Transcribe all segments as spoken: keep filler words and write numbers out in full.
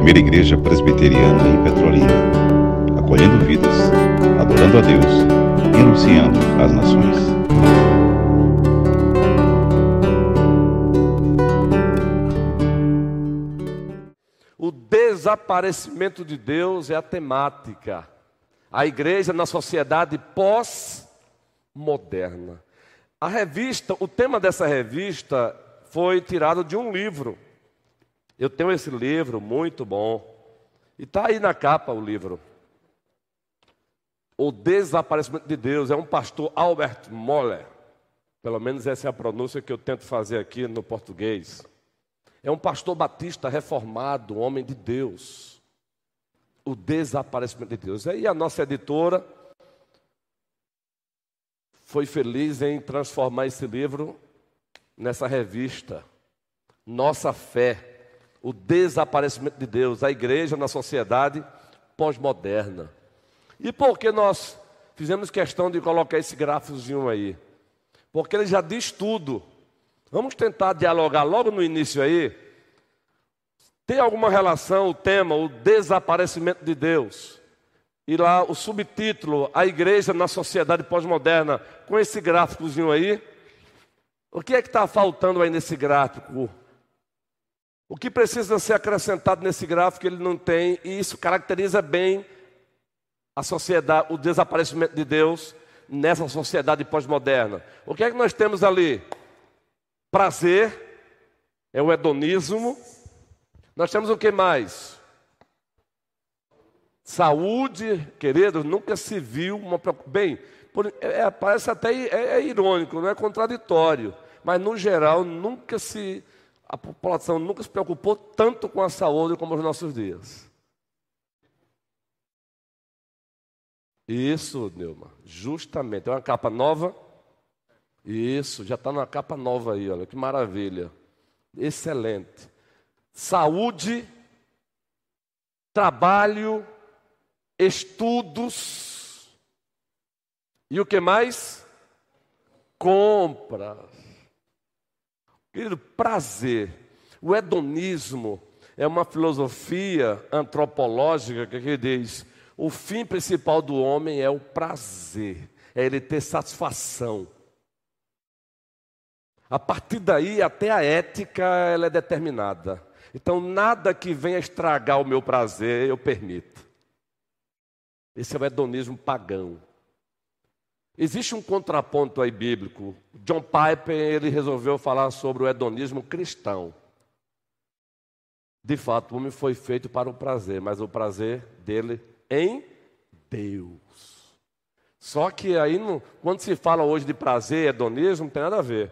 primeira igreja presbiteriana em Petrolina, acolhendo vidas, adorando a Deus e anunciando às nações. O desaparecimento de Deus é a temática. A igreja na sociedade pós-moderna. A revista, o tema dessa revista foi tirado de um livro. Eu tenho esse livro, muito bom. E está aí na capa o livro. O Desaparecimento de Deus. É um pastor Albert Mohler. Pelo menos essa é a pronúncia que eu tento fazer aqui no português. É um pastor batista reformado, homem de Deus. O Desaparecimento de Deus. Aí a nossa editora foi feliz em transformar esse livro nessa revista. Nossa Fé, o Desaparecimento de Deus, a igreja na sociedade pós-moderna. E por que nós fizemos questão de colocar esse gráficozinho aí? Porque ele já diz tudo. Vamos tentar dialogar logo no início aí. Tem alguma relação o tema, o desaparecimento de Deus? E lá o subtítulo, a igreja na sociedade pós-moderna, com esse gráficozinho aí. O que é que está faltando aí nesse gráfico? O que precisa ser acrescentado nesse gráfico ele não tem, e isso caracteriza bem a sociedade, o desaparecimento de Deus nessa sociedade pós-moderna. O que é que nós temos ali? Prazer, é o hedonismo. Nós temos o que mais? Saúde, queridos, nunca se viu uma... Bem, por, é, parece até é, é irônico, não é contraditório, mas no geral nunca se... A população nunca se preocupou tanto com a saúde como nos nossos dias. Isso, Neuma, justamente. É uma capa nova. Isso, já está numa capa nova aí, olha, que maravilha. Excelente. Saúde, trabalho, estudos. E o que mais? Compras. Querido, prazer. O hedonismo é uma filosofia antropológica que diz: o fim principal do homem é o prazer, é ele ter satisfação. A partir daí, até a ética ela é determinada. Então, nada que venha estragar o meu prazer, eu permito. Esse é o hedonismo pagão. Existe um contraponto aí bíblico. John Piper, ele resolveu falar sobre o hedonismo cristão. De fato, o homem foi feito para o prazer, mas o prazer dele em Deus. Só que aí, quando se fala hoje de prazer, hedonismo, não tem nada a ver.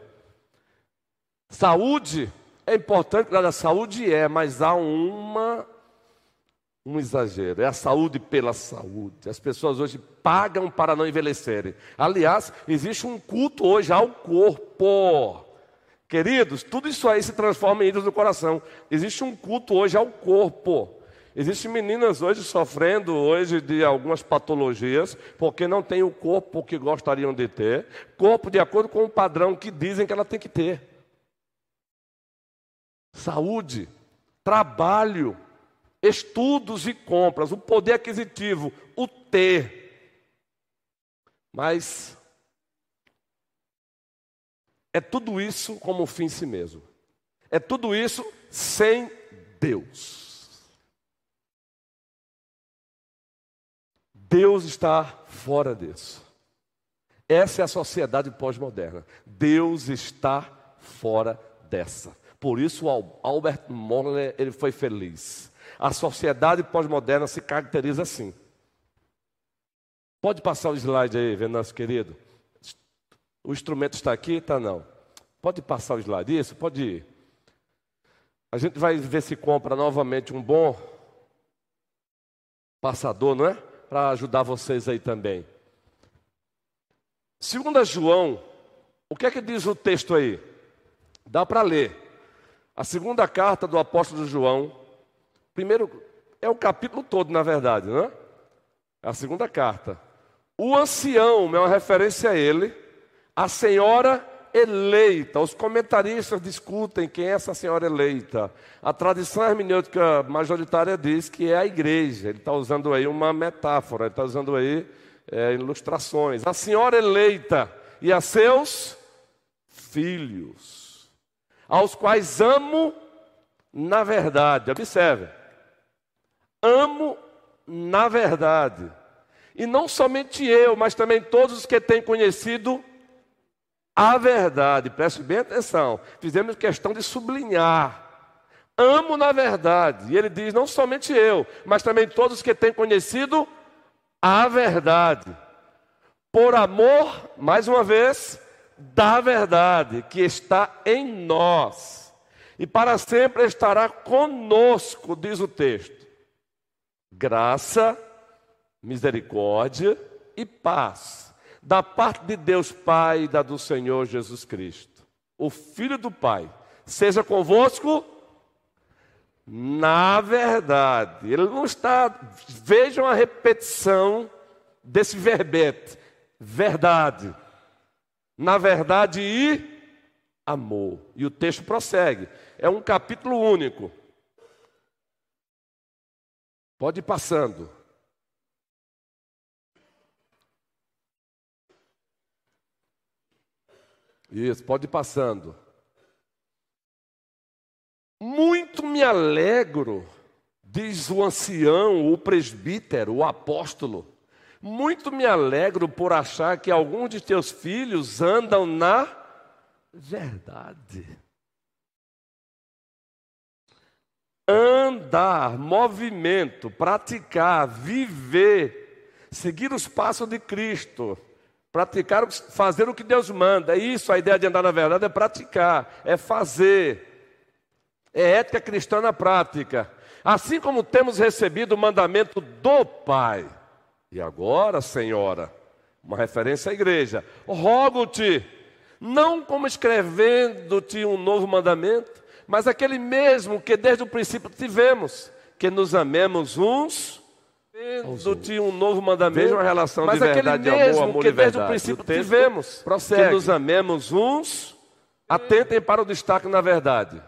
Saúde, é importante, a saúde é, mas há uma, um exagero. É a saúde pela saúde. As pessoas hoje pagam para não envelhecerem. Aliás, existe um culto hoje ao corpo. Queridos, tudo isso aí se transforma em ídolos do coração. Existe um culto hoje ao corpo. Existem meninas hoje sofrendo hoje de algumas patologias, porque não têm o corpo que gostariam de ter. Corpo de acordo com o padrão que dizem que ela tem que ter. Saúde, trabalho, estudos e compras, o poder aquisitivo, o ter. Mas é tudo isso como fim em si mesmo. É tudo isso sem Deus. Deus está fora disso. Essa é a sociedade pós-moderna. Deus está fora dessa. Por isso Albert Mohler ele foi feliz. A sociedade pós-moderna se caracteriza assim. Pode passar o slide aí, Venâncio querido. O instrumento está aqui? Está não. Pode passar o slide, isso? Pode ir. A gente vai ver se compra novamente um bom passador, não é? Para ajudar vocês aí também. Segundo João, o que é que diz o texto aí? Dá para ler. A segunda carta do apóstolo João, primeiro, é o capítulo todo, na verdade, não é? É a segunda carta. O ancião, é uma referência a ele, a senhora eleita. Os comentaristas discutem quem é essa senhora eleita. A tradição hermenêutica majoritária diz que é a igreja. Ele está usando aí uma metáfora, ele está usando aí é, ilustrações. A senhora eleita e a seus filhos, aos quais amo na verdade. Observe, amo na verdade. E não somente eu, mas também todos os que têm conhecido a verdade. Preste bem atenção. Fizemos questão de sublinhar. Amo na verdade. E ele diz, não somente eu, mas também todos os que têm conhecido a verdade. Por amor, mais uma vez, da verdade que está em nós. E para sempre estará conosco, diz o texto. Graça, misericórdia e paz, da parte de Deus Pai e da do Senhor Jesus Cristo, o Filho do Pai, seja convosco na verdade. Ele não está, vejam a repetição desse verbete, verdade, na verdade e amor. E o texto prossegue, é um capítulo único. Pode ir passando. Isso, pode ir passando. Muito me alegro, diz o ancião, o presbítero, o apóstolo. Muito me alegro por achar que alguns de teus filhos andam na verdade. Andar, movimento, praticar, viver, seguir os passos de Cristo. Praticar, fazer o que Deus manda. É isso, a ideia de andar na verdade é praticar, é fazer. É ética cristã na prática. Assim como temos recebido o mandamento do Pai. E agora, Senhora, uma referência à igreja. Rogo-te, não como escrevendo-te um novo mandamento, mas aquele mesmo que desde o princípio tivemos, que nos amemos uns do-te um novo mandamento. Veja uma relação mas de verdade de amor, amor que e verdade. Desde o princípio tivemos, prossegue. Que nos amemos uns, atentem para o destaque na verdade.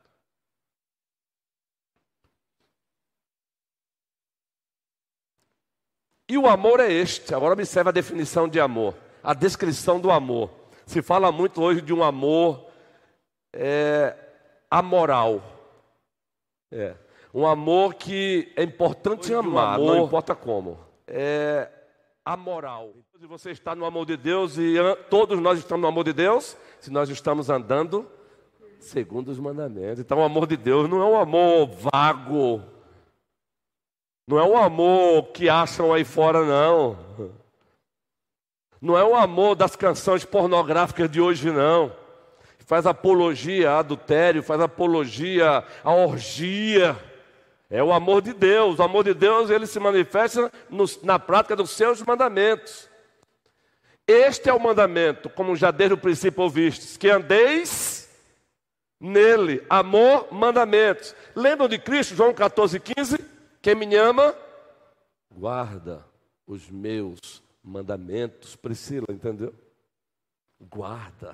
E o amor é este. Agora observe a definição de amor, a descrição do amor. Se fala muito hoje de um amor é, amoral. É. Um amor que é importante amar, um amor, não importa como. É amoral. Se você está no amor de Deus e todos nós estamos no amor de Deus, se nós estamos andando segundo os mandamentos. Então o amor de Deus não é um amor vago. Não é um amor que acham aí fora, não. Não é o amor das canções pornográficas de hoje, não. Faz apologia a adultério, faz apologia a orgia. É o amor de Deus. O amor de Deus, ele se manifesta no, na prática dos seus mandamentos. Este é o mandamento, como já desde o princípio ouvistes, que andeis nele. Amor, mandamentos. Lembram de Cristo, João catorze, quinze? Quem me ama, guarda os meus mandamentos. Priscila, entendeu? Guarda.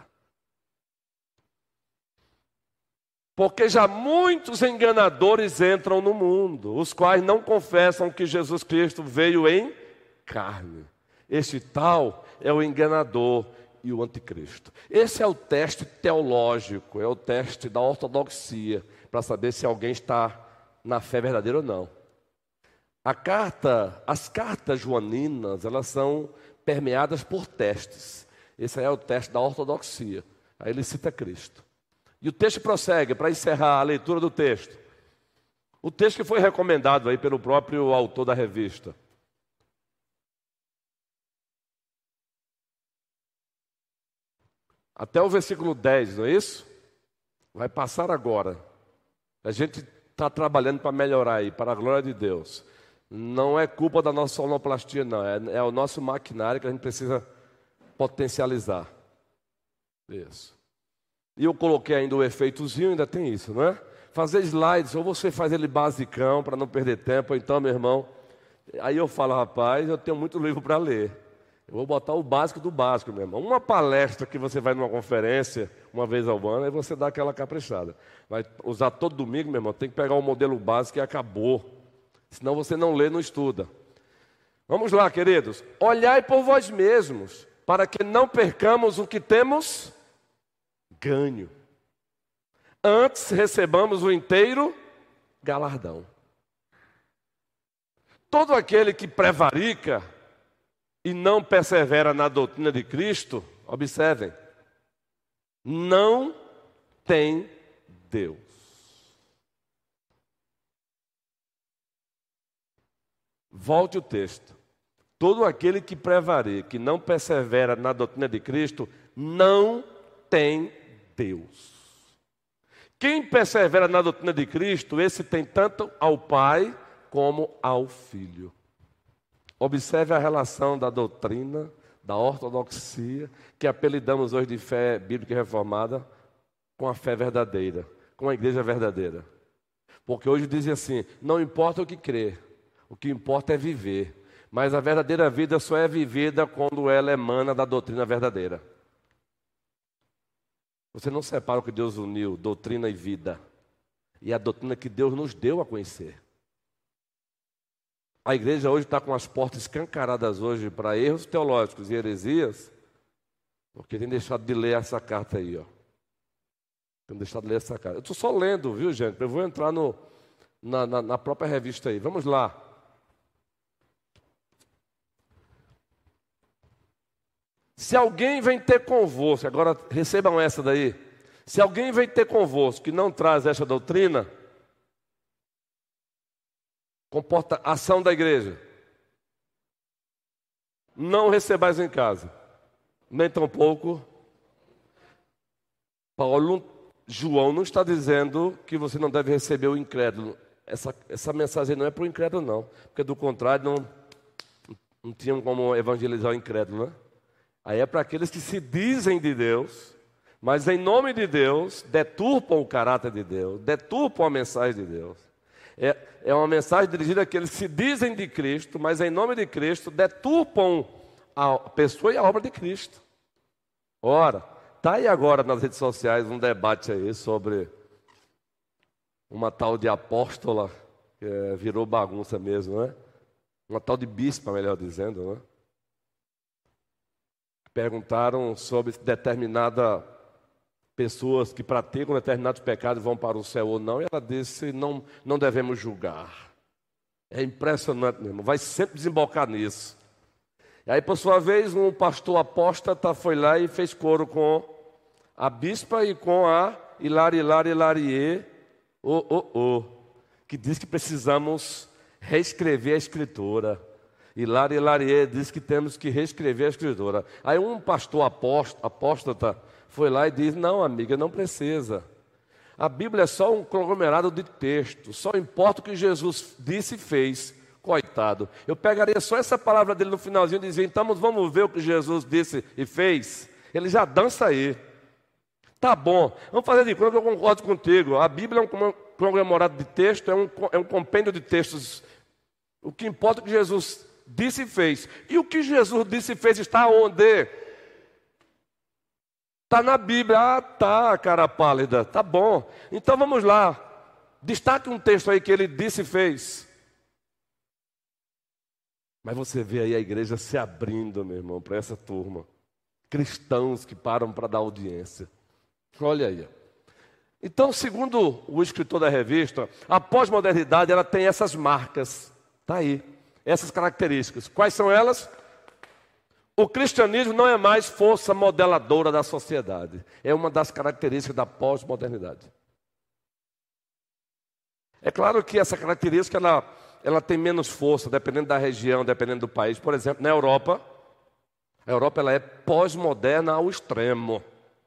Porque já muitos enganadores entram no mundo, os quais não confessam que Jesus Cristo veio em carne. Este tal é o enganador e o anticristo. Esse é o teste teológico, é o teste da ortodoxia, para saber se alguém está na fé verdadeira ou não. A carta, as cartas joaninas, elas são permeadas por testes. Esse é o teste da ortodoxia. Aí ele cita Cristo. E o texto prossegue, para encerrar a leitura do texto. O texto que foi recomendado aí pelo próprio autor da revista. Até o versículo dez, não é isso? Vai passar agora. A gente está trabalhando para melhorar aí, para a glória de Deus. Não é culpa da nossa sonoplastia, não. É, é o nosso maquinário que a gente precisa potencializar. Isso. E eu coloquei ainda o efeitozinho, ainda tem isso, não é? Fazer slides, ou você faz ele basicão, para não perder tempo. Então, meu irmão, aí eu falo, rapaz, eu tenho muito livro para ler. Eu vou botar o básico do básico, meu irmão. Uma palestra que você vai numa conferência uma vez ao ano, aí você dá aquela caprichada. Vai usar todo domingo, meu irmão, tem que pegar o modelo básico e acabou. Senão você não lê, não estuda. Vamos lá, queridos. Olhai por vós mesmos, para que não percamos o que temos ganho. Antes recebamos o inteiro galardão. Todo aquele que prevarica e não persevera na doutrina de Cristo, observem, não tem Deus. Volte o texto. Todo aquele que prevarica e não persevera na doutrina de Cristo, não tem Deus. Quem persevera na doutrina de Cristo, esse tem tanto ao Pai como ao Filho. Observe a relação da doutrina, da ortodoxia, que apelidamos hoje de fé bíblica e reformada, com a fé verdadeira, com a igreja verdadeira. Porque hoje dizem assim, não importa o que crer, o que importa é viver. Mas a verdadeira vida só é vivida quando ela emana da doutrina verdadeira. Você não separa o que Deus uniu, doutrina e vida. E a doutrina que Deus nos deu a conhecer. A igreja hoje está com as portas escancaradas hoje para erros teológicos e heresias, porque tem deixado de ler essa carta aí, ó. Tem deixado de ler essa carta. Eu estou só lendo, viu, gente? Eu vou entrar no, na, na, na própria revista aí. Vamos lá. Se alguém vem ter convosco, agora recebam essa daí. Se alguém vem ter convosco que não traz essa doutrina, comporta ação da igreja, não recebais em casa, nem tampouco. Paulo, João não está dizendo que você não deve receber o incrédulo. Essa, essa mensagem não é para o incrédulo, não, porque do contrário não, não tinham como evangelizar o incrédulo, né? Aí é para aqueles que se dizem de Deus, mas em nome de Deus, deturpam o caráter de Deus, deturpam a mensagem de Deus. É, é uma mensagem dirigida àqueles que se dizem de Cristo, mas em nome de Cristo, deturpam a pessoa e a obra de Cristo. Ora, está aí agora nas redes sociais um debate aí sobre uma tal de apóstola, que é, virou bagunça mesmo, né? Uma tal de bispa, melhor dizendo, né? Perguntaram sobre determinada pessoas que praticam determinados pecados vão para o céu ou não, e ela disse, não, não devemos julgar. É impressionante mesmo, vai sempre desembocar nisso. E aí, por sua vez, um pastor apóstata foi lá e fez coro com a bispa e com a Hilari, Hilari, Hilarie, oh, oh, oh, que diz que precisamos reescrever a Escritura. Hilari, Hilarie diz que temos que reescrever a Escritura. Aí um pastor apóstata foi lá e disse, não, amiga, não precisa. A Bíblia é só um conglomerado de textos, só importa o que Jesus disse e fez. Coitado. Eu pegaria só essa palavra dele no finalzinho e dizia, então vamos ver o que Jesus disse e fez. Ele já dança aí. Tá bom, vamos fazer de conta que eu concordo contigo. A Bíblia é um conglomerado de textos, é um, é um compêndio de textos. O que importa é o que Jesus disse e fez. E o que Jesus disse e fez está onde? Está na Bíblia. Ah, tá, cara pálida. Tá bom. Então vamos lá. Destaque um texto aí que ele disse e fez. Mas você vê aí a igreja se abrindo, meu irmão, para essa turma. Cristãos que param para dar audiência. Olha aí. Então, segundo o escritor da revista, a pós-modernidade ela tem essas marcas. Está aí. Essas características. Quais são elas? O cristianismo não é mais força modeladora da sociedade. É uma das características da pós-modernidade. É claro que essa característica ela, ela tem menos força, dependendo da região, dependendo do país. Por exemplo, na Europa, a Europa ela é pós-moderna ao extremo.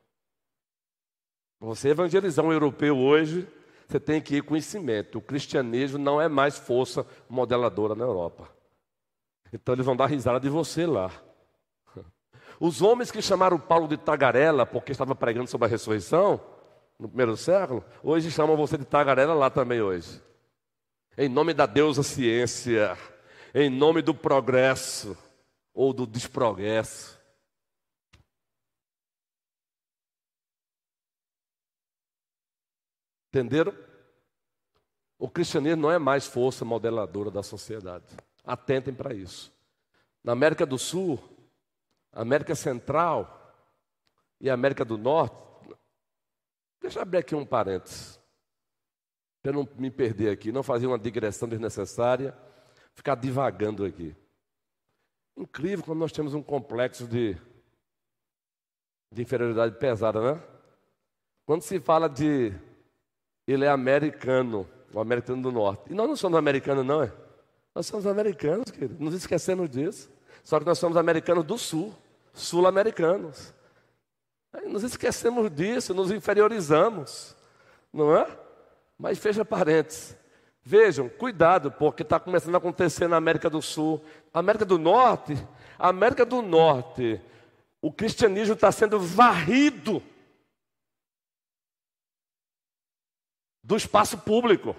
Você evangelizar um europeu hoje, você tem que ir com conhecimento. O cristianismo não é mais força modeladora na Europa. Então eles vão dar risada de você lá. Os homens que chamaram Paulo de tagarela, porque estava pregando sobre a ressurreição, no primeiro século, hoje chamam você de tagarela lá também hoje. Em nome da deusa ciência, em nome do progresso. ou do desprogresso. Entenderam? O cristianismo não é mais força modeladora da sociedade. Atentem para isso. Na América do Sul, América Central e América do Norte, deixa eu abrir aqui um parênteses, para eu não me perder aqui, não fazer uma digressão desnecessária, ficar divagando aqui. Incrível quando nós temos um complexo de, de inferioridade pesada, né? Quando se fala de ele é americano, o americano do norte. E nós não somos americanos, não, é? Nós somos americanos, querido. Não nos esquecemos disso. Só que nós somos americanos do sul, sul-americanos. Nos esquecemos disso, nos inferiorizamos, não é? Mas fecha parênteses. Vejam, cuidado, porque está começando a acontecer na América do Sul. América do Norte, América do Norte, o cristianismo está sendo varrido do espaço público.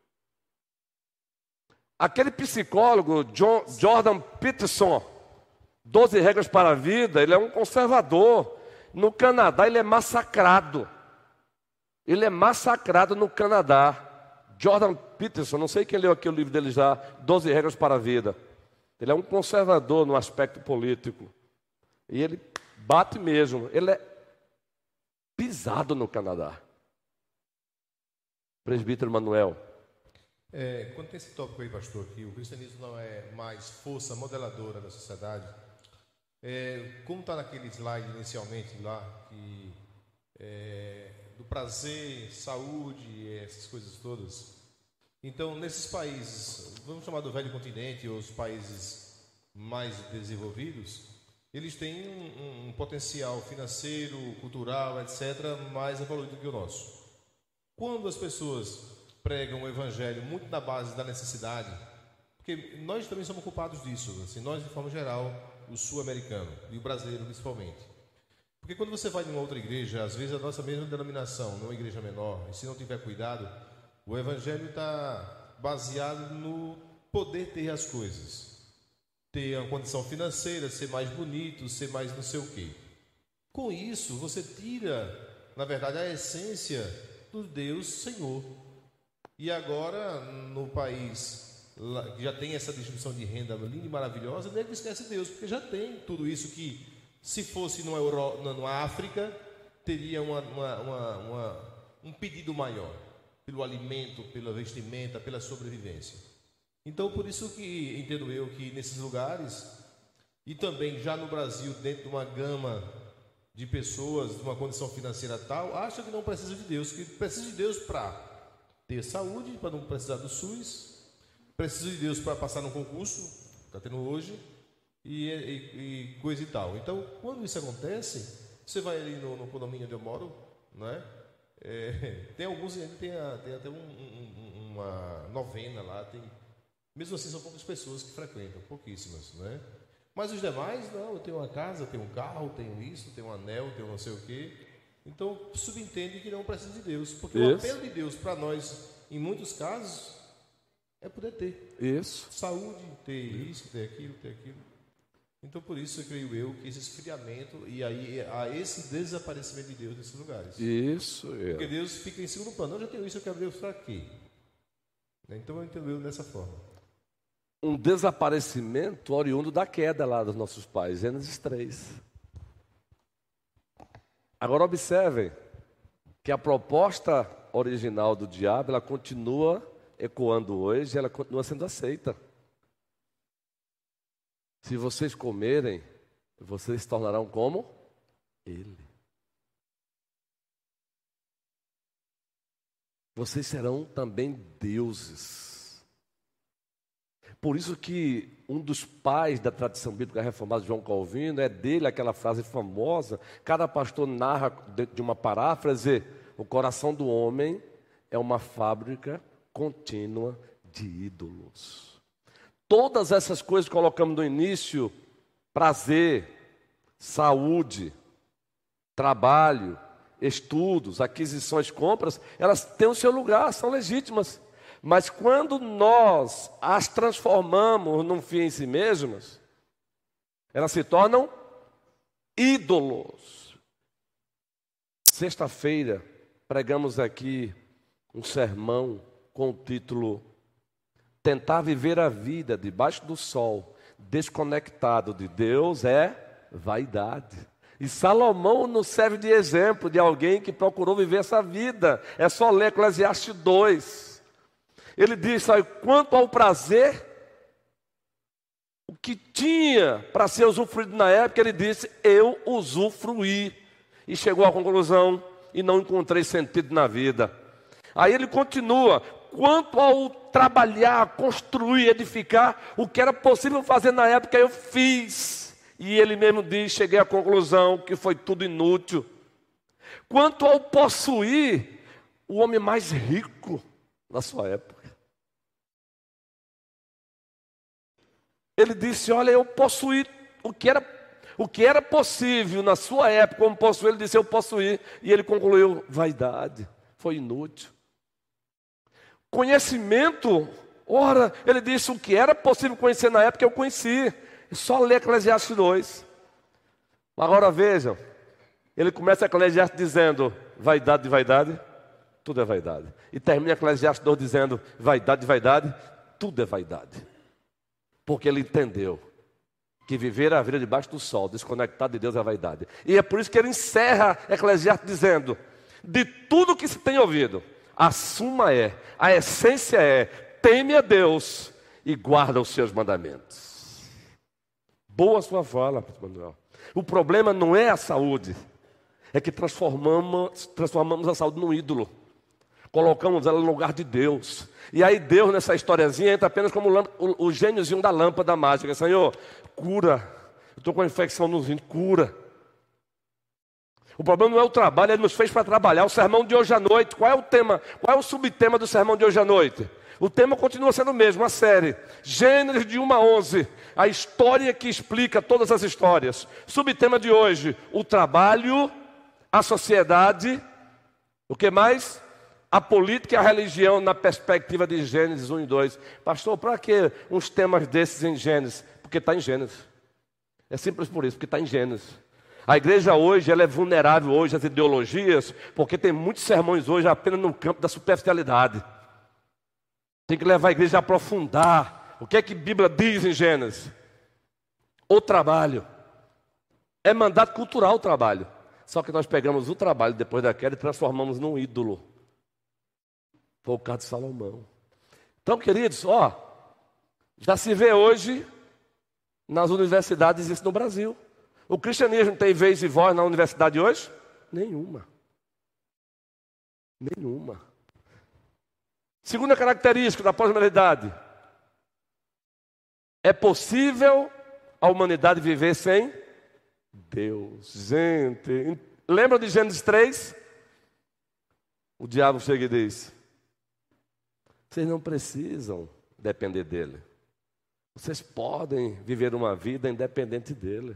Aquele psicólogo, John, Jordan Peterson, doze regras para a vida, ele é um conservador. No Canadá ele é massacrado. Ele é massacrado no Canadá. Jordan Peterson, não sei quem leu aqui o livro dele já, doze regras para a vida. Ele é um conservador no aspecto político. E ele bate mesmo. Ele é pisado no Canadá. Presbítero Manuel. É, quando tem esse tópico aí, pastor, que o cristianismo não é mais força modeladora da sociedade, é, como está naquele slide inicialmente lá, que, é, do prazer, saúde, essas coisas todas. Então, nesses países, vamos chamar do velho continente, ou os países mais desenvolvidos, eles têm um, um, um potencial financeiro, cultural, etcétera, mais evoluído que o nosso. Quando as pessoas pregam o evangelho muito na base da necessidade, porque nós também somos culpados disso, assim, nós de forma geral, o sul-americano e o brasileiro principalmente. Porque quando você vai em uma outra igreja, às vezes a nossa mesma denominação, numa igreja menor, e se não tiver cuidado, o evangelho está baseado no poder ter as coisas, ter uma condição financeira, ser mais bonito, ser mais não sei o quê. Com isso, você tira, na verdade, a essência do Deus Senhor. E agora, no país que já tem essa distribuição de renda linda e maravilhosa, nego esquece Deus, porque já tem tudo isso que, se fosse numa, Euro, numa África, teria uma, uma, uma, uma, um pedido maior, pelo alimento, pela vestimenta, pela sobrevivência. Então, por isso que entendo eu que nesses lugares, e também já no Brasil, dentro de uma gama de pessoas, de uma condição financeira tal, acham que não precisa de Deus, que precisa de Deus para ter saúde, para não precisar do SUS, precisa de Deus para passar no concurso, está tendo hoje, e, e, e coisa e tal. Então, quando isso acontece, você vai ali no, no condomínio onde eu moro, né? É, tem alguns, tem, a, tem até um, um, uma novena lá, tem, mesmo assim são poucas pessoas que frequentam, pouquíssimas, né? Mas os demais, não, eu tenho uma casa, eu tenho um carro, tenho isso, tenho um anel, tenho não sei o quê. Então, subentende que não precisa de Deus. Porque isso. O apelo de Deus para nós, em muitos casos, é poder ter. Isso. Saúde, ter isso, ter aquilo, ter aquilo. Então, por isso, eu creio eu que esse esfriamento e aí há esse desaparecimento de Deus nesses lugares. Isso. É. Porque Deus fica em segundo plano. Eu já tenho isso, eu quero Deus para quê? Então, eu entendo eu dessa forma. Um desaparecimento oriundo da queda lá dos nossos pais, Gênesis três. Agora observem que a proposta original do diabo, ela continua ecoando hoje, ela continua sendo aceita. Se vocês comerem, vocês se tornarão como ele. Vocês serão também deuses. Por isso que um dos pais da tradição bíblica reformada, João Calvino, é dele aquela frase famosa, cada pastor narra de uma paráfrase, o coração do homem é uma fábrica contínua de ídolos. Todas essas coisas que colocamos no início, prazer, saúde, trabalho, estudos, aquisições, compras, elas têm o seu lugar, são legítimas. Mas quando nós as transformamos num fim em si mesmas, Elas se tornam ídolos. Sexta-feira, pregamos aqui um sermão com o título Tentar viver a vida debaixo do sol, desconectado de Deus, é vaidade. E Salomão nos serve de exemplo de alguém que procurou viver essa vida. É só ler Eclesiastes dois. Ele diz, sabe, quanto ao prazer, o que tinha para ser usufruído na época, ele disse, eu usufruí. E chegou à conclusão, e não encontrei sentido na vida. Aí ele continua, quanto ao trabalhar, construir, edificar, o que era possível fazer na época, eu fiz. E ele mesmo diz, cheguei à conclusão que foi tudo inútil. Quanto ao possuir, o homem mais rico da sua época. Ele disse, olha, eu possuí o que era, o que era possível na sua época, como possuir, ele disse, eu possuí. E ele concluiu, vaidade, foi inútil. Conhecimento, ora, ele disse, o que era possível conhecer na época, eu conheci. Só ler Eclesiastes dois. Agora vejam, ele começa Eclesiastes dizendo, vaidade de vaidade, tudo é vaidade. E termina Eclesiastes dois dizendo, vaidade de vaidade, tudo é vaidade. Porque ele entendeu que viver a vida debaixo do sol, desconectado de Deus, é vaidade. E é por isso que ele encerra Eclesiastes dizendo, de tudo que se tem ouvido, a suma é, a essência é, teme a Deus e guarda os seus mandamentos. Boa sua fala, pastor Manuel. O problema não é a saúde, é que transformamos, transformamos a saúde num ídolo. Colocamos ela no lugar de Deus. E aí Deus, nessa historiazinha, entra apenas como o, o gêniozinho da lâmpada mágica. Senhor, cura. Eu estou com uma infecção nos rins, cura. O problema não é o trabalho, Ele nos fez para trabalhar. O sermão de hoje à noite, qual é o tema? Qual é o subtema do sermão de hoje à noite? O tema continua sendo o mesmo, a série. Gênesis de um a onze. A história que explica todas as histórias. Subtema de hoje, o trabalho, a sociedade, o que mais? A política e a religião na perspectiva de Gênesis um e dois. Pastor, para que uns temas desses em Gênesis? Porque está em Gênesis. É simples por isso, porque está em Gênesis. A igreja hoje, ela é vulnerável hoje às ideologias, porque tem muitos sermões hoje apenas no campo da superficialidade. Tem que levar a igreja a aprofundar. O que é que a Bíblia diz em Gênesis? O trabalho. É mandato cultural o trabalho. Só que nós pegamos o trabalho depois da queda e transformamos num ídolo. Foi o caso de Salomão. Então, queridos, ó, já se vê hoje nas universidades isso no Brasil. O cristianismo tem vez e voz na universidade hoje? Nenhuma. Nenhuma. Segunda característica da pós-modernidade. É possível a humanidade viver sem Deus. Gente, lembra de Gênesis três? O diabo chega e diz, vocês não precisam depender dele. Vocês podem viver uma vida independente dele.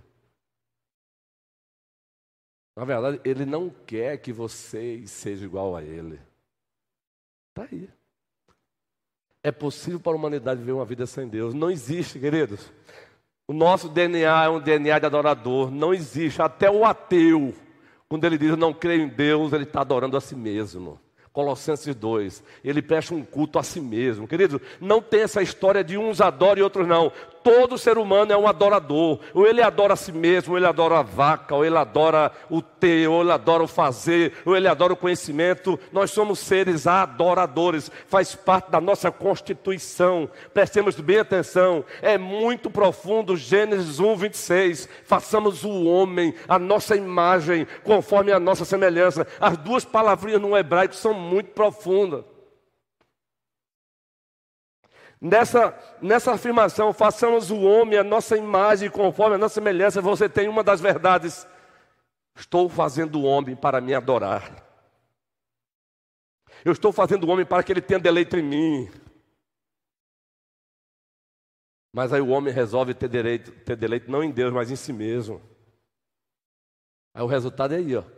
Na verdade, ele não quer que vocês sejam igual a ele. Está aí. É possível para a humanidade viver uma vida sem Deus. Não existe, queridos. O nosso D N A é um D N A de adorador. Não existe. Até o ateu, quando ele diz eu não creio em Deus, ele está adorando a si mesmo. Colossenses dois, ele presta um culto a si mesmo. Querido, não tem essa história de uns adoram e outros não. Todo ser humano é um adorador. Ou ele adora a si mesmo, ou ele adora a vaca, ou ele adora o ter, ou ele adora o fazer, ou ele adora o conhecimento. Nós somos seres adoradores. Faz parte da nossa constituição. Prestemos bem atenção. É muito profundo. Gênesis um, vinte e seis. Façamos o homem, a nossa imagem, conforme a nossa semelhança. As duas palavrinhas no hebraico são muito profundas. Nessa, nessa afirmação, façamos o homem a nossa imagem conforme a nossa semelhança, você tem uma das verdades. Estou fazendo o homem para me adorar. Eu estou fazendo o homem para que ele tenha deleite em mim. Mas aí o homem resolve ter deleite, ter deleite não em Deus, mas em si mesmo. Aí o resultado é aí, ó.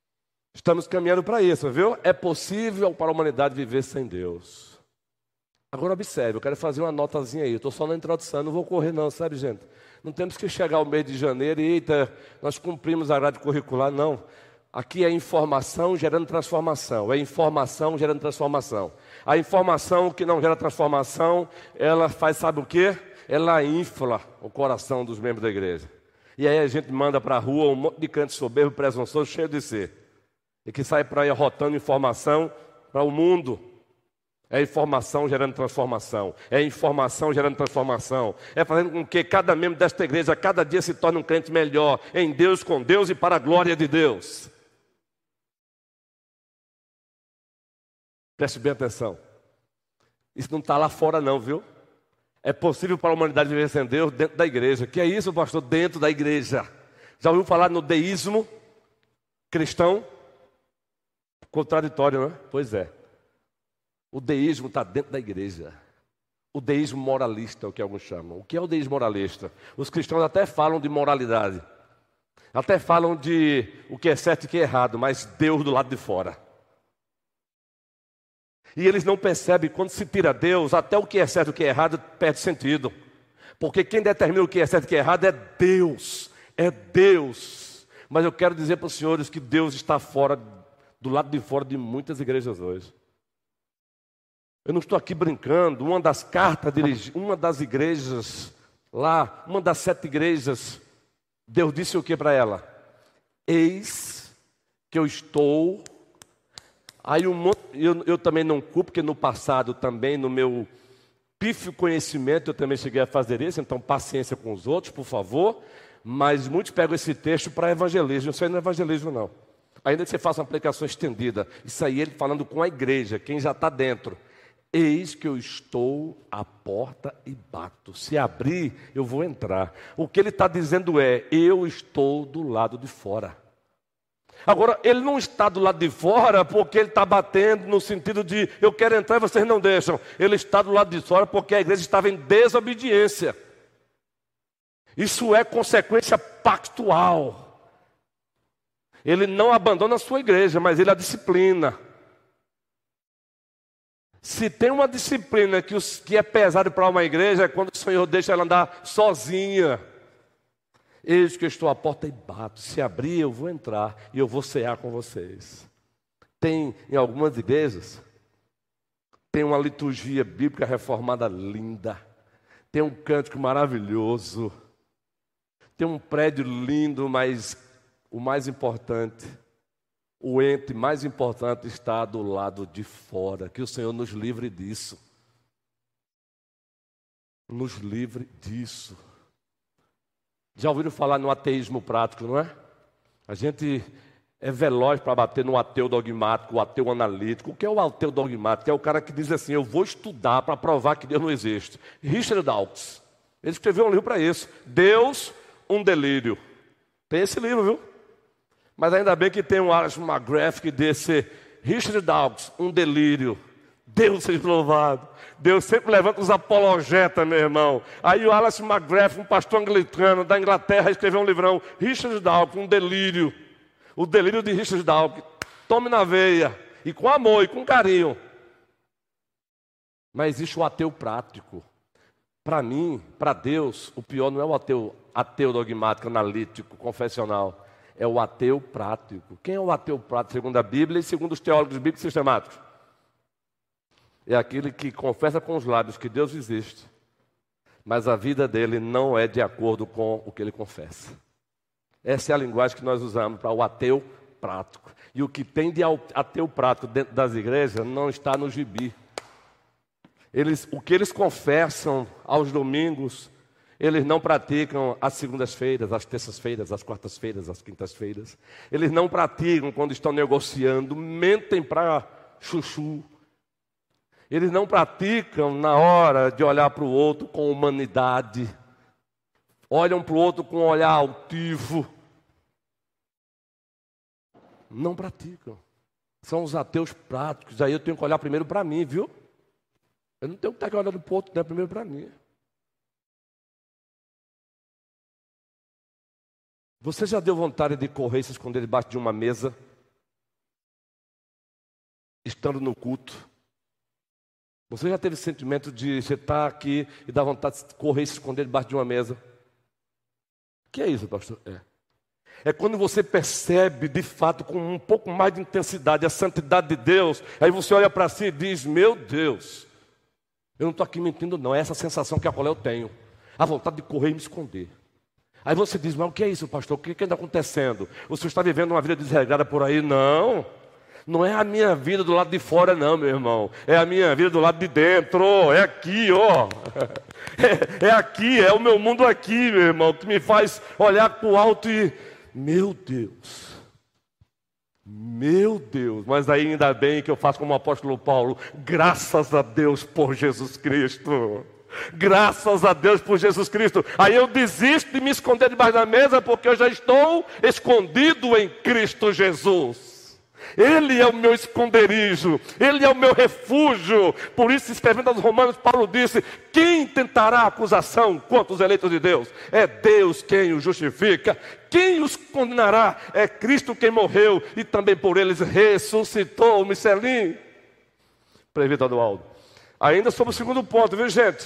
Estamos caminhando para isso, viu? É possível para a humanidade viver sem Deus. Agora observe, eu quero fazer uma notazinha aí. Eu estou só na introdução, não vou correr não, sabe, gente? Não temos que chegar ao mês de janeiro e, eita, nós cumprimos a grade curricular, não. Aqui é informação gerando transformação, é informação gerando transformação. A informação que não gera transformação, ela faz, sabe o quê? Ela infla o coração dos membros da igreja. E aí a gente manda para a rua um monte de crente soberbo, presunçoso, cheio de si. E que sai para aí rotando informação para o mundo. É informação gerando transformação. É informação gerando transformação. É fazendo com que cada membro desta igreja, cada dia se torne um crente melhor. Em Deus, com Deus e para a glória de Deus. Preste bem atenção. Isso não está lá fora não, viu? É possível para a humanidade viver sem Deus dentro da igreja. Que é isso, pastor? Dentro da igreja. Já ouviu falar no deísmo cristão? Contraditório, não é? Pois é. O deísmo está dentro da igreja. O deísmo moralista é o que alguns chamam. O que é o deísmo moralista? Os cristãos até falam de moralidade. Até falam de o que é certo e o que é errado, mas Deus do lado de fora. E eles não percebem, quando se tira Deus, até o que é certo e o que é errado perde sentido. Porque quem determina o que é certo e o que é errado é Deus. É Deus. Mas eu quero dizer para os senhores que Deus está fora, do lado de fora de muitas igrejas hoje. Eu não estou aqui brincando. Uma das cartas, dirigi, uma das igrejas lá, uma das sete igrejas, Deus disse o que para ela? Eis que eu estou... Aí um, eu, eu também não culpo, porque no passado também, no meu pífio conhecimento, eu também cheguei a fazer isso, então paciência com os outros, por favor. Mas muitos pegam esse texto para evangelismo. Isso aí não é evangelismo, não. Ainda que você faça uma aplicação estendida. Isso aí ele falando com a igreja, quem já está dentro. Eis que eu estou à porta e bato. Se abrir, eu vou entrar. O que ele está dizendo é, eu estou do lado de fora. Agora, ele não está do lado de fora porque ele está batendo no sentido de eu quero entrar e vocês não deixam. Ele está do lado de fora porque a igreja estava em desobediência. Isso é consequência pactual. Ele não abandona a sua igreja, mas ele a disciplina. Se tem uma disciplina que, os, que é pesada para uma igreja, é quando o Senhor deixa ela andar sozinha. Eis que eu estou à porta e bato. Se abrir, eu vou entrar e eu vou cear com vocês. Tem em algumas igrejas, tem uma liturgia bíblica reformada linda. Tem um cântico maravilhoso. Tem um prédio lindo, mas o mais importante, o ente mais importante está do lado de fora. Que o Senhor nos livre disso. Nos livre disso. Já ouviram falar no ateísmo prático, não é? A gente é veloz para bater no ateu dogmático, o ateu analítico. O que é o ateu dogmático? É o cara que diz assim, eu vou estudar para provar que Deus não existe. Richard Dawkins, ele escreveu um livro para isso. Deus, um delírio. Tem esse livro, viu? Mas ainda bem que tem um Alex McGrath que desse Richard Dawkins, um delírio. Deus seja louvado. Deus sempre levanta os apologetas, meu irmão. Aí o Alex McGrath, um pastor anglicano da Inglaterra, escreveu um livrão, Richard Dawkins, um delírio. O delírio de Richard Dawkins. Tome na veia. E com amor e com carinho. Mas existe o ateu prático. Para mim, para Deus, o pior não é o ateu, ateu dogmático, analítico, confessional. É o ateu prático. Quem é o ateu prático, segundo a Bíblia e segundo os teólogos bíblicos sistemáticos? É aquele que confessa com os lábios que Deus existe, mas a vida dele não é de acordo com o que ele confessa. Essa é a linguagem que nós usamos para o ateu prático. E o que tem de ateu prático dentro das igrejas não está no gibi. Eles, o que eles confessam aos domingos, eles não praticam às segundas-feiras, às terças-feiras, às quartas-feiras, às quintas-feiras. Eles não praticam quando estão negociando, mentem para chuchu. Eles não praticam na hora de olhar para o outro com humanidade. Olham para o outro com um olhar altivo. Não praticam. São os ateus práticos. Aí eu tenho que olhar primeiro para mim, viu? Eu não tenho que estar olhando para o outro, né? Primeiro para mim. Você já deu vontade de correr e se esconder debaixo de uma mesa? Estando no culto? Você já teve sentimento de você estar aqui e dar vontade de correr e se esconder debaixo de uma mesa? O que é isso, pastor? É. É quando você percebe, de fato, com um pouco mais de intensidade, a santidade de Deus. Aí você olha para si e diz, meu Deus, eu não estou aqui mentindo não, é essa sensação que a qual eu tenho. A vontade de correr e me esconder. Aí você diz, mas o que é isso, pastor? O que está acontecendo? O senhor está vivendo uma vida desregrada por aí? Não. Não é a minha vida do lado de fora não, meu irmão. É a minha vida do lado de dentro. É aqui, ó. É, é aqui, é o meu mundo aqui, meu irmão. Que me faz olhar para o alto e... Meu Deus. Meu Deus. Mas aí ainda bem que eu faço como o apóstolo Paulo. Graças a Deus por Jesus Cristo. Graças a Deus por Jesus Cristo. Aí eu desisto de me esconder debaixo da mesa, porque eu já estou escondido em Cristo Jesus. Ele é o meu esconderijo, Ele é o meu refúgio. Por isso, escrevendo aos Romanos, Paulo disse, quem tentará acusação contra os eleitos de Deus? É Deus quem os justifica. Quem os condenará? É Cristo quem morreu e também por eles ressuscitou. Micelim. Presbítero Aldo. Ainda sobre o segundo ponto, viu, gente?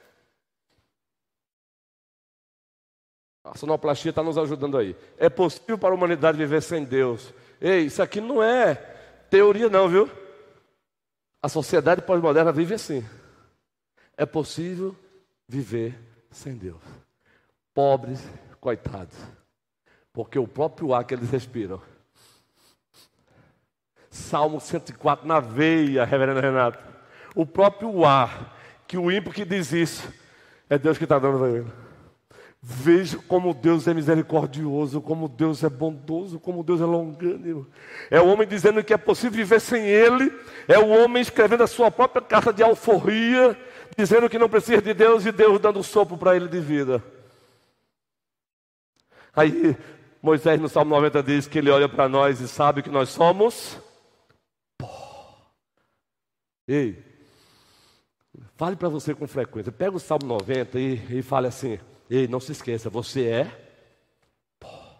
A sonoplastia está nos ajudando aí. É possível para a humanidade viver sem Deus. Ei, isso aqui não é teoria não, viu? A sociedade pós-moderna vive assim. É possível viver sem Deus. Pobres, coitados. Porque o próprio ar que eles respiram. Salmo cento e quatro na veia, reverendo Renato. O próprio ar, que o ímpio que diz isso, é Deus que está dando para ele. Veja como Deus é misericordioso, como Deus é bondoso, como Deus é longânimo. É o homem dizendo que é possível viver sem Ele. É o homem escrevendo a sua própria carta de alforria, dizendo que não precisa de Deus e Deus dando sopro para ele de vida. Aí Moisés no Salmo noventa diz que ele olha para nós e sabe que nós somos pó. Ei, fale para você com frequência. Pega o Salmo noventa e, e fale assim. Ei, não se esqueça, você é pó.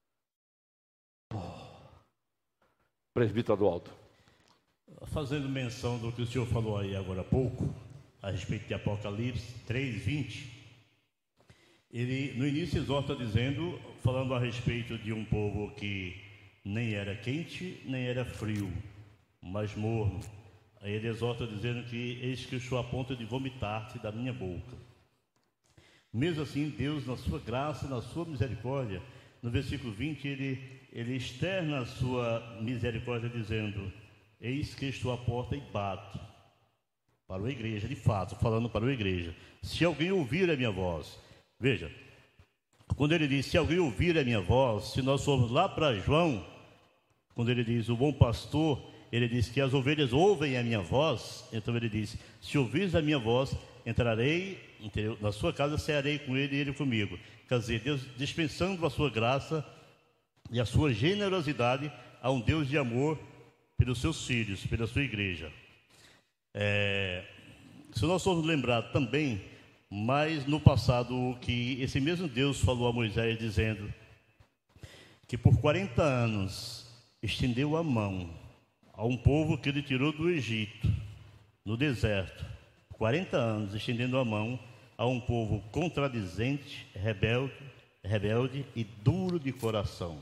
Pó. Presbítero do Alto. Fazendo menção do que o senhor falou aí agora há pouco, a respeito de Apocalipse três, vinte, ele no início exorta dizendo, falando a respeito de um povo que nem era quente, nem era frio, mas morno. Aí ele exorta dizendo que eis que eu estou a ponto de vomitar-te da minha boca. Mesmo assim, Deus, na sua graça, na sua misericórdia, no versículo vinte, ele, ele externa a sua misericórdia dizendo, eis que estou à porta e bato. Para a igreja, de fato, falando para a igreja. Se alguém ouvir a minha voz, veja, quando ele diz, se alguém ouvir a minha voz, se nós formos lá para João, quando ele diz, o bom pastor, ele diz que as ovelhas ouvem a minha voz, então ele diz, se ouvires a minha voz, entrarei na sua casa, cearei com ele e ele comigo. Quer dizer, Deus dispensando a sua graça e a sua generosidade a um Deus de amor pelos seus filhos, pela sua igreja. É, se nós formos lembrar também, mas no passado, que esse mesmo Deus falou a Moisés dizendo que por quarenta anos estendeu a mão a um povo que ele tirou do Egito, no deserto, quarenta anos estendendo a mão a um povo contradizente, rebelde, rebelde e duro de coração.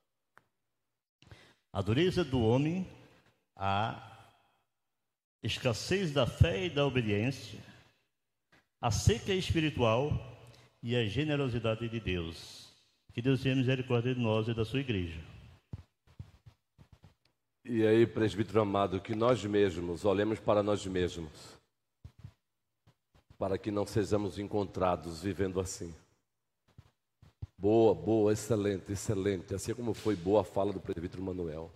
A dureza do homem, a escassez da fé e da obediência, a seca espiritual e a generosidade de Deus. Que Deus tenha misericórdia de nós e da sua igreja. E aí, presbítero amado, que nós mesmos olhemos para nós mesmos, para que não sejamos encontrados vivendo assim. Boa, boa, excelente, excelente. Assim como foi boa a fala do presbítero Manuel.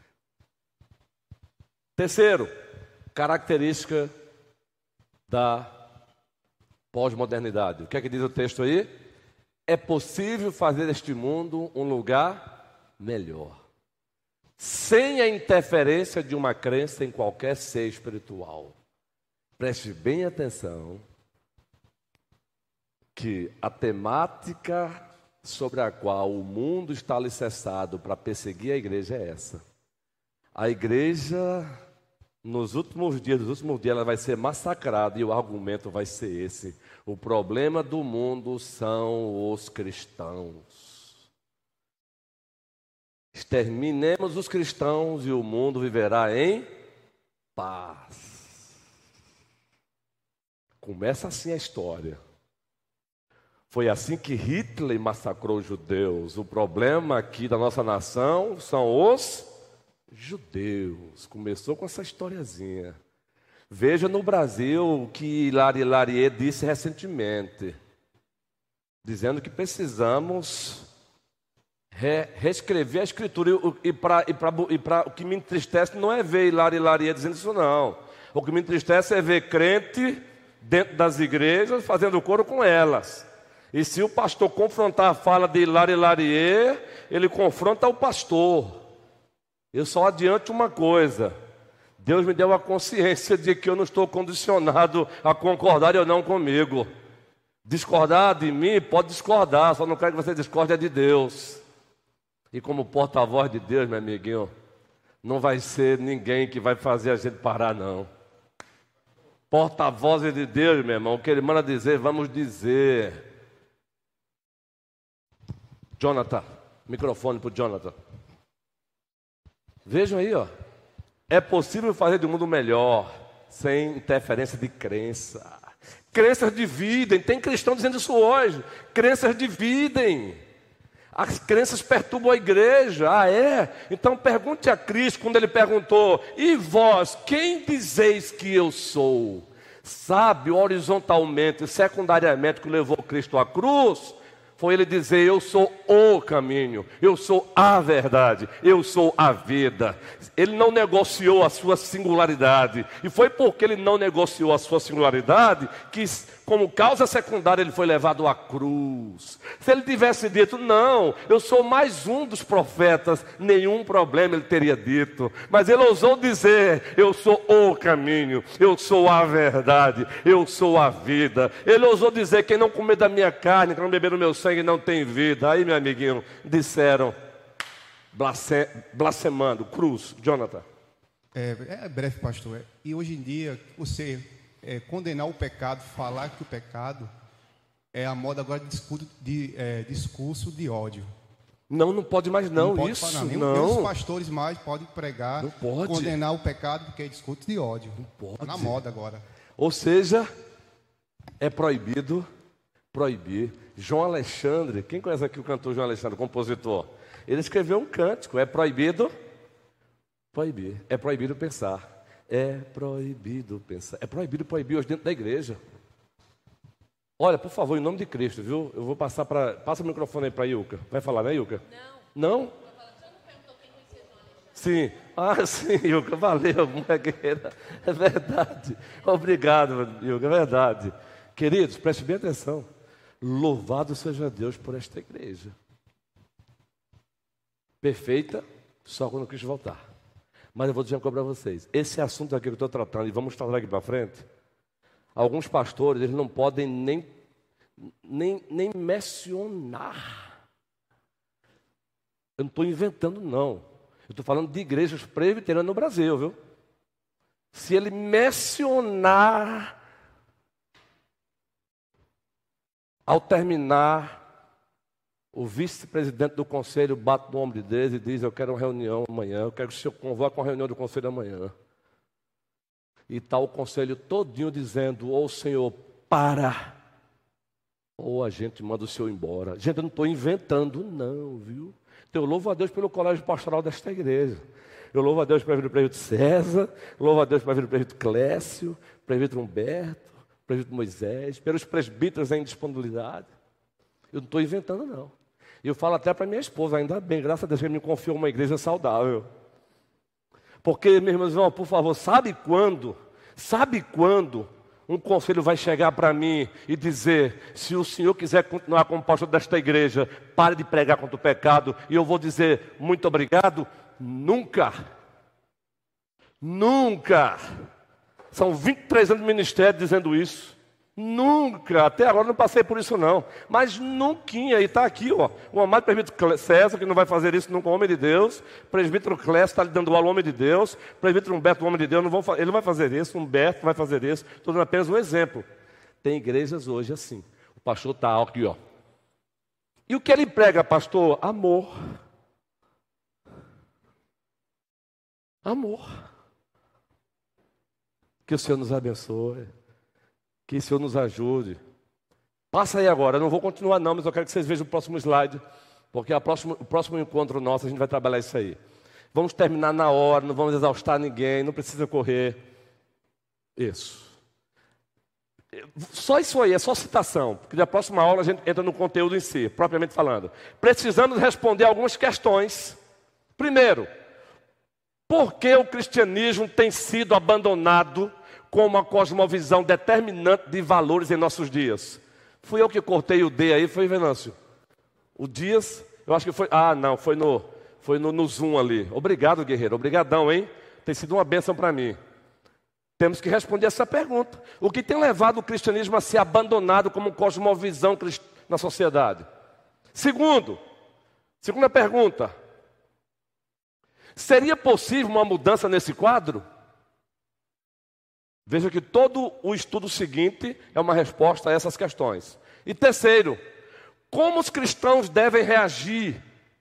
Terceiro, característica da pós-modernidade. O que é que diz o texto aí? É possível fazer deste mundo um lugar melhor, sem a interferência de uma crença em qualquer ser espiritual. Preste bem atenção que a temática sobre a qual o mundo está alicerçado para perseguir a igreja é essa. A igreja Nos últimos dias, nos últimos dias, ela vai ser massacrada e o argumento vai ser esse. O problema do mundo são os cristãos. Exterminemos os cristãos e o mundo viverá em paz. Começa assim a história. Foi assim que Hitler massacrou os judeus. O problema aqui da nossa nação são os judeus. Começou com essa historiazinha. Veja no Brasil o que Hilary Larié disse recentemente, dizendo que precisamos re, reescrever a escritura. E, para e e o que me entristece não é ver Hilary Larié dizendo isso, não. O que me entristece é ver crente dentro das igrejas fazendo coro com elas. E se o pastor confrontar a fala de Hilary Larié, ele confronta o pastor. Eu só adianto uma coisa: Deus me deu a consciência de que eu não estou condicionado a concordar ou não comigo. Discordar de mim, pode discordar, só não quero que você discorde é de Deus. E como porta-voz de Deus, meu amiguinho, não vai ser ninguém que vai fazer a gente parar, não. Porta-voz de Deus, meu irmão, o que ele manda dizer, vamos dizer. Jonathan, microfone para o Jonathan. Vejam aí, ó. É possível fazer de um mundo melhor, sem interferência de crença. Crenças dividem, tem cristão dizendo isso hoje. Crenças dividem. As crenças perturbam a igreja. Ah, é? Então pergunte a Cristo quando ele perguntou: e vós, quem dizeis que eu sou? Sabe, horizontalmente e secundariamente, que levou Cristo à cruz foi ele dizer: eu sou o caminho, eu sou a verdade, eu sou a vida. Ele não negociou a sua singularidade. E foi porque ele não negociou a sua singularidade que, como causa secundária, ele foi levado à cruz. Se ele tivesse dito: não, eu sou mais um dos profetas, nenhum problema ele teria dito. Mas ele ousou dizer: eu sou o caminho, eu sou a verdade, eu sou a vida. Ele ousou dizer: quem não comer da minha carne, quem não beber do meu sangue, não tem vida. Aí, meu amiguinho, disseram, blasfemando, cruz. Jonathan. É, é breve, pastor. E hoje em dia, você é, condenar o pecado, falar que o pecado é a moda agora de discurso de, é, discurso de ódio. Não, não pode mais não, não pode isso falar, nem, não. Nem os pastores mais podem pregar, não pode. Condenar o pecado porque é discurso de ódio. Não pode. Tá na moda agora. Ou seja, é proibido proibir. João Alexandre, quem conhece aqui o cantor João Alexandre, compositor? Ele escreveu um cântico: é proibido proibir, é proibido pensar, é proibido pensar, é proibido proibir hoje dentro da igreja. Olha, por favor, em nome de Cristo, viu? Eu vou passar para, passa o microfone aí para a Ilka. Vai falar, né, Ilka? Não. Não? Sim. Ah, sim, Ilka, valeu, molequeira. É verdade. Obrigado, Ilka, é verdade. Queridos, preste bem atenção. Louvado seja Deus por esta igreja. Perfeita, só quando Cristo voltar. Mas eu vou dizer uma coisa para vocês. Esse assunto aqui que eu estou tratando, e vamos falar daqui para frente, alguns pastores, eles não podem nem, nem, nem mencionar. Eu não estou inventando, não. Eu estou falando de igrejas presbiterianas no Brasil, viu? Se ele mencionar, ao terminar, o vice-presidente do conselho bate no ombro deles e diz: eu quero uma reunião amanhã, eu quero que o senhor convoque uma reunião do conselho amanhã. E está o conselho todinho dizendo: ou o senhor para, ou a gente manda o senhor embora. Gente, eu não estou inventando não, viu? Então, eu louvo a Deus pelo colégio pastoral desta igreja. Eu louvo a Deus pela vida do presbítero César, louvo a Deus pela vida do presbítero Clécio, presbítero Humberto, presbítero Moisés, pelos presbíteros em disponibilidade. Eu não estou inventando não. E eu falo até para minha esposa: ainda bem, graças a Deus que ele me confiou uma igreja saudável. Porque, meus irmãos, por favor, sabe quando, sabe quando um conselho vai chegar para mim e dizer: se o senhor quiser continuar como pastor desta igreja, pare de pregar contra o pecado, e eu vou dizer: muito obrigado? Nunca. Nunca. São vinte e três anos de ministério dizendo isso. Nunca, até agora não passei por isso não. Mas nunca, e está aqui, ó. O amado presbítero César, que não vai fazer isso nunca, o homem de Deus. O presbítero Clécio está lhe dando aula, o homem de Deus. O presbítero Humberto, o homem de Deus, não vão, ele não vai fazer isso. Humberto vai fazer isso. Estou dando apenas um exemplo. Tem igrejas hoje assim. O pastor está aqui, ó. E o que ele prega, pastor? Amor. Amor. Que o Senhor nos abençoe. Que o Senhor nos ajude. Passa aí agora, eu não vou continuar não, mas eu quero que vocês vejam o próximo slide, porque a próxima, o próximo encontro nosso a gente vai trabalhar isso aí. Vamos terminar na hora, não vamos exaustar ninguém, não precisa correr. Isso. Só isso aí, é só citação, porque na próxima aula a gente entra no conteúdo em si, propriamente falando. Precisamos responder algumas questões. Primeiro, por que o cristianismo tem sido abandonado com uma cosmovisão determinante de valores em nossos dias? Fui eu que cortei o D aí, foi Venâncio? O Dias, eu acho que foi, ah não, foi no, foi no, no Zoom ali. Obrigado, guerreiro, obrigadão, hein? Tem sido uma bênção para mim. Temos que responder essa pergunta. O que tem levado o cristianismo a ser abandonado como cosmovisão na sociedade? Segundo, segunda pergunta. Seria possível uma mudança nesse quadro? Veja que todo o estudo seguinte é uma resposta a essas questões. E terceiro, como os cristãos devem reagir?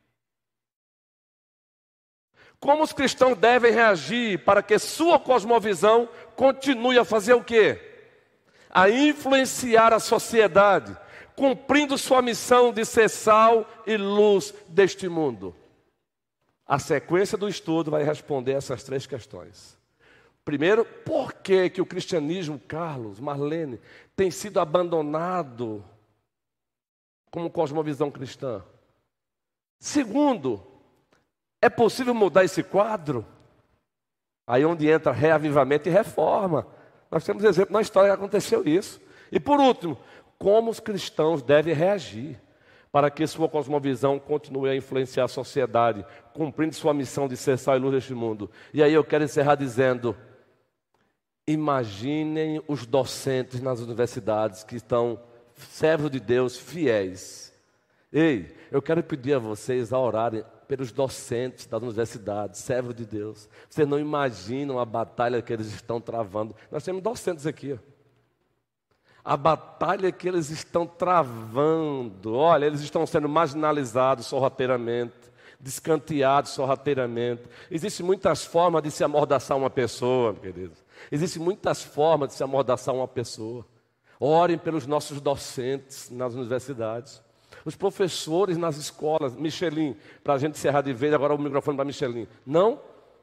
Como os cristãos devem reagir para que sua cosmovisão continue a fazer o quê? A influenciar a sociedade, cumprindo sua missão de ser sal e luz deste mundo. A sequência do estudo vai responder essas três questões. Primeiro, por que que o cristianismo, Carlos, Marlene, tem sido abandonado como cosmovisão cristã? Segundo, é possível mudar esse quadro? Aí onde entra reavivamento e reforma. Nós temos exemplo na história que aconteceu isso. E por último, como os cristãos devem reagir para que sua cosmovisão continue a influenciar a sociedade, cumprindo sua missão de ser sal e luz deste mundo. E aí eu quero encerrar dizendo: imaginem os docentes nas universidades que estão servos de Deus fiéis. Ei, eu quero pedir a vocês a orarem pelos docentes das universidades, servos de Deus. Vocês não imaginam a batalha que eles estão travando. Nós temos docentes aqui, ó. A batalha que eles estão travando. Olha, eles estão sendo marginalizados sorrateiramente, descanteados sorrateiramente. Existem muitas formas de se amordaçar uma pessoa, queridos. Existem muitas formas de se amordaçar uma pessoa. Orem pelos nossos docentes nas universidades. Os professores nas escolas. Michelin, para a gente encerrar de vez, agora o microfone para Michelin. Não?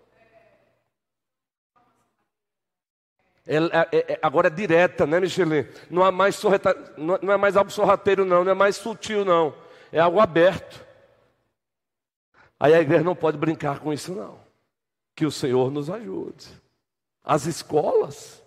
É, é, é, agora é direta, né, Michelin? Não é mais sorreta, não, não é mais algo sorrateiro, não. Não é mais sutil, não. É algo aberto. Aí a igreja não pode brincar com isso, não. Que o Senhor nos ajude. As escolas